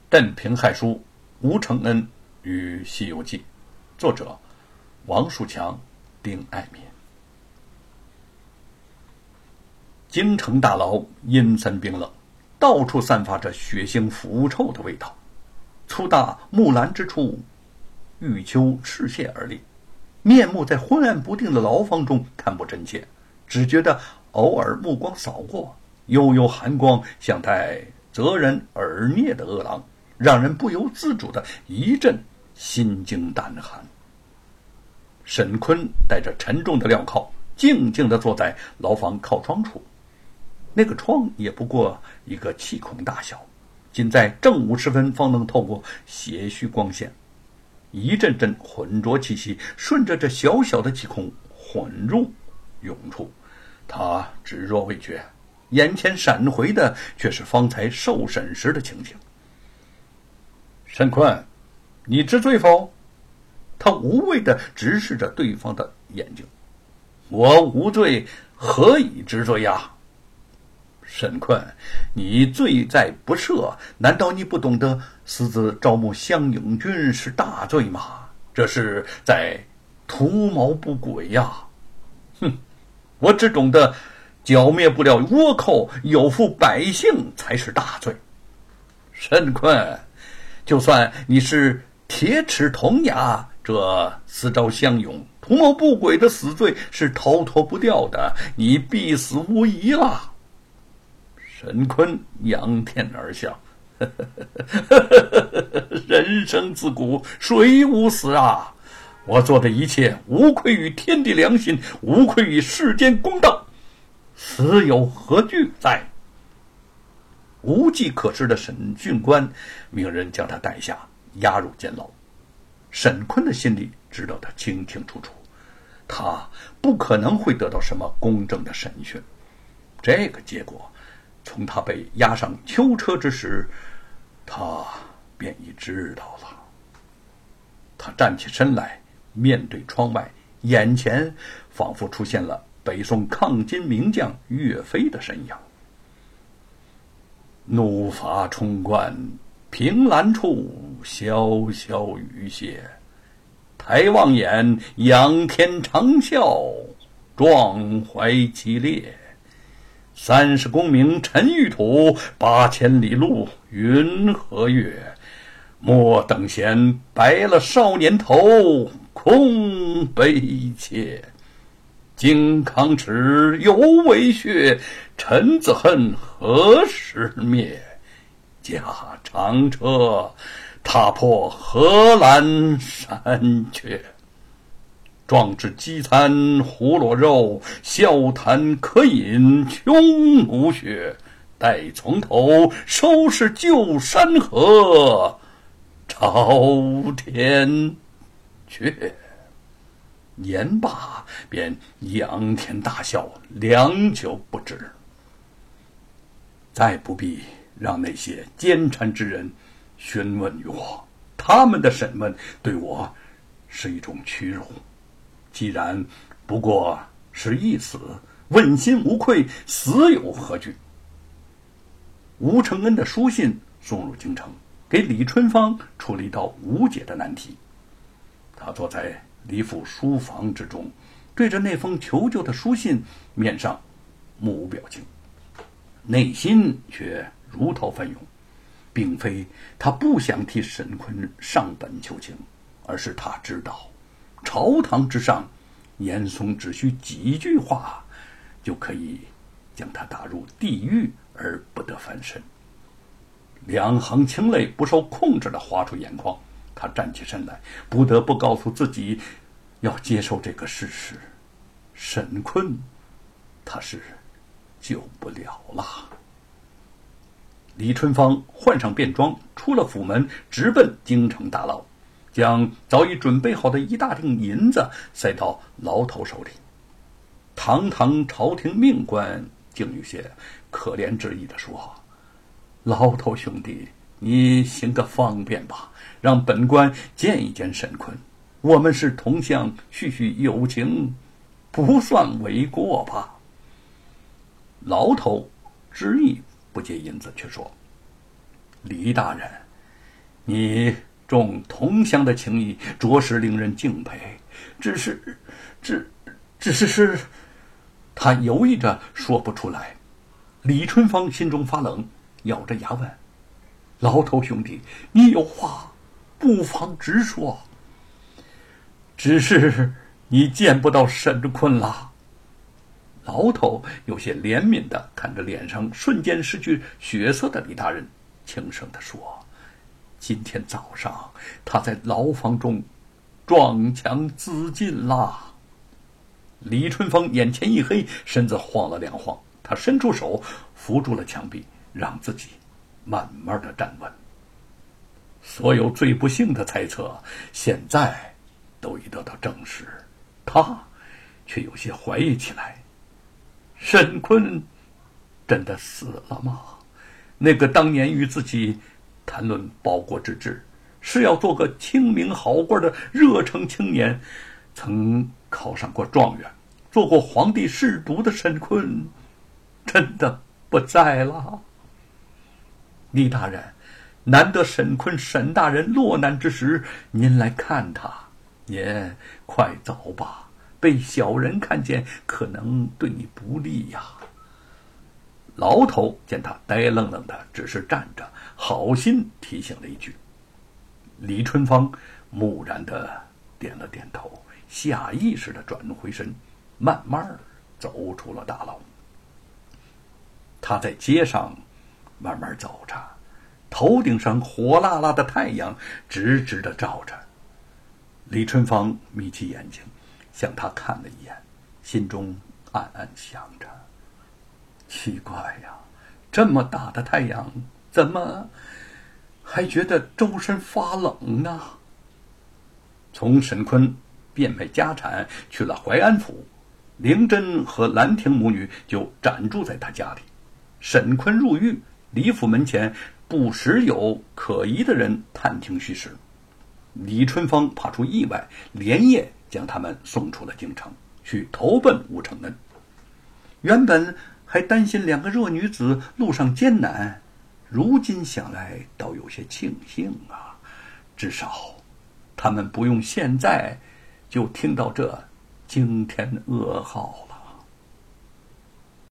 镇平害书吴承恩与西游记，作者王树强、丁爱民。京城大牢阴森冰冷，到处散发着血腥腐臭的味道。粗大木栏之处，玉秋赤泻而立，面目在昏暗不定的牢房中看不真切，只觉得偶尔目光扫过，悠悠寒光像带责人耳啮的恶狼，让人不由自主的一阵心惊胆寒。沈坤带着沉重的镣铐，静静地坐在牢房靠窗处。那个窗也不过一个气孔大小，仅在正午时分方能透过些许光线。一阵阵浑浊气息顺着这小小的气孔混入涌出，他只若未觉，眼前闪回的却是方才受审时的情景。沈坤，你知罪否？他无畏地直视着对方的眼睛。我无罪，何以知罪呀？沈坤，你罪在不赦，难道你不懂得私自招募湘勇军是大罪吗？这是在图谋不轨呀！哼，我只懂得剿灭不了倭寇，有负百姓才是大罪。沈坤，就算你是铁齿铜牙，这私招湘勇、图谋不轨的死罪是逃脱不掉的，你必死无疑了。沈坤仰天而笑，人生自古谁无死啊！我做的一切无愧于天地良心，无愧于世间公道，死有何惧哉？无计可施的审讯官命人将他带下，押入监牢。沈坤的心里知道他清清楚楚，他不可能会得到什么公正的审讯。这个结果从他被押上囚车之时，他便已知道了。他站起身来，面对窗外，眼前仿佛出现了北宋抗金名将岳飞的身影。怒发冲冠，凭栏处，潇潇雨歇。抬望眼，仰天长啸，壮怀激烈。30功名尘与土，8000里路云和月。莫等闲，白了少年头，空悲切。靖康耻，犹未雪，臣子恨，何时灭？驾长车，踏破荷兰山缺。壮志饥餐胡虏肉，笑谈渴饮匈奴血。待从头，收拾旧山河，朝天阙。言罢便仰天大笑，良久不止。再不必让那些奸臣之人询问于我，他们的审问对我是一种屈辱。既然不过是一死，问心无愧，死有何惧？吴承恩的书信送入京城，给李春芳出了一道无解的难题。他坐在李府书房之中，对着那封求救的书信，面上目无表情，内心却如涛翻涌。并非他不想替沈坤上本求情，而是他知道朝堂之上，严嵩只需几句话就可以将他打入地狱而不得翻身。两行清泪不受控制地滑出眼眶，他站起身来，不得不告诉自己要接受这个事实：沈坤他是救不了了。李春芳换上便装，出了府门，直奔京城大牢，将早已准备好的一大锭银子塞到牢头手里。堂堂朝廷命官竟有些可怜之意地说：牢头兄弟，你行个方便吧，让本官见一见沈坤，我们是同乡，叙叙友情，不算为过吧。牢头执意不接银子，却说：李大人， 你重同乡的情谊，着实令人敬佩。只是，他犹豫着说不出来。李春芳心中发冷，咬着牙问：“老头兄弟，你有话不妨直说。”只是你见不到沈坤了。老头有些怜悯地看着脸上瞬间失去血色的李大人，轻声地说：“今天早上他在牢房中撞墙自尽了。”李春芳眼前一黑，身子晃了2晃，他伸出手扶住了墙壁，让自己慢慢地站稳。所有最不幸的猜测现在都已得到证实，他却有些怀疑起来。沈坤真的死了吗？那个当年与自己谈论报国之志，是要做个清明好官的热诚青年，曾考上过状元，做过皇帝侍读的沈坤，真的不在了。李大人，难得沈坤沈大人落难之时，您来看他，您快走吧，被小人看见，可能对你不利呀。牢头见他呆愣愣的，只是站着，好心提醒了一句。李春芳木然的点了点头，下意识的转回身，慢慢走出了大牢。他在街上慢慢走着，头顶上火辣辣的太阳直直的照着。李春芳眯起眼睛向他看了一眼，心中暗暗想着，奇怪呀，这么大的太阳怎么还觉得周身发冷呢？从沈坤变卖家产去了淮安府，灵珍和兰亭母女就暂住在他家里。沈坤入狱，李府门前不时有可疑的人探听虚实。李春芳怕出意外，连夜将他们送出了京城，去投奔吴承恩。原本还担心2个弱女子路上艰难，如今想来倒有些庆幸啊，至少他们不用现在就听到这惊天噩耗。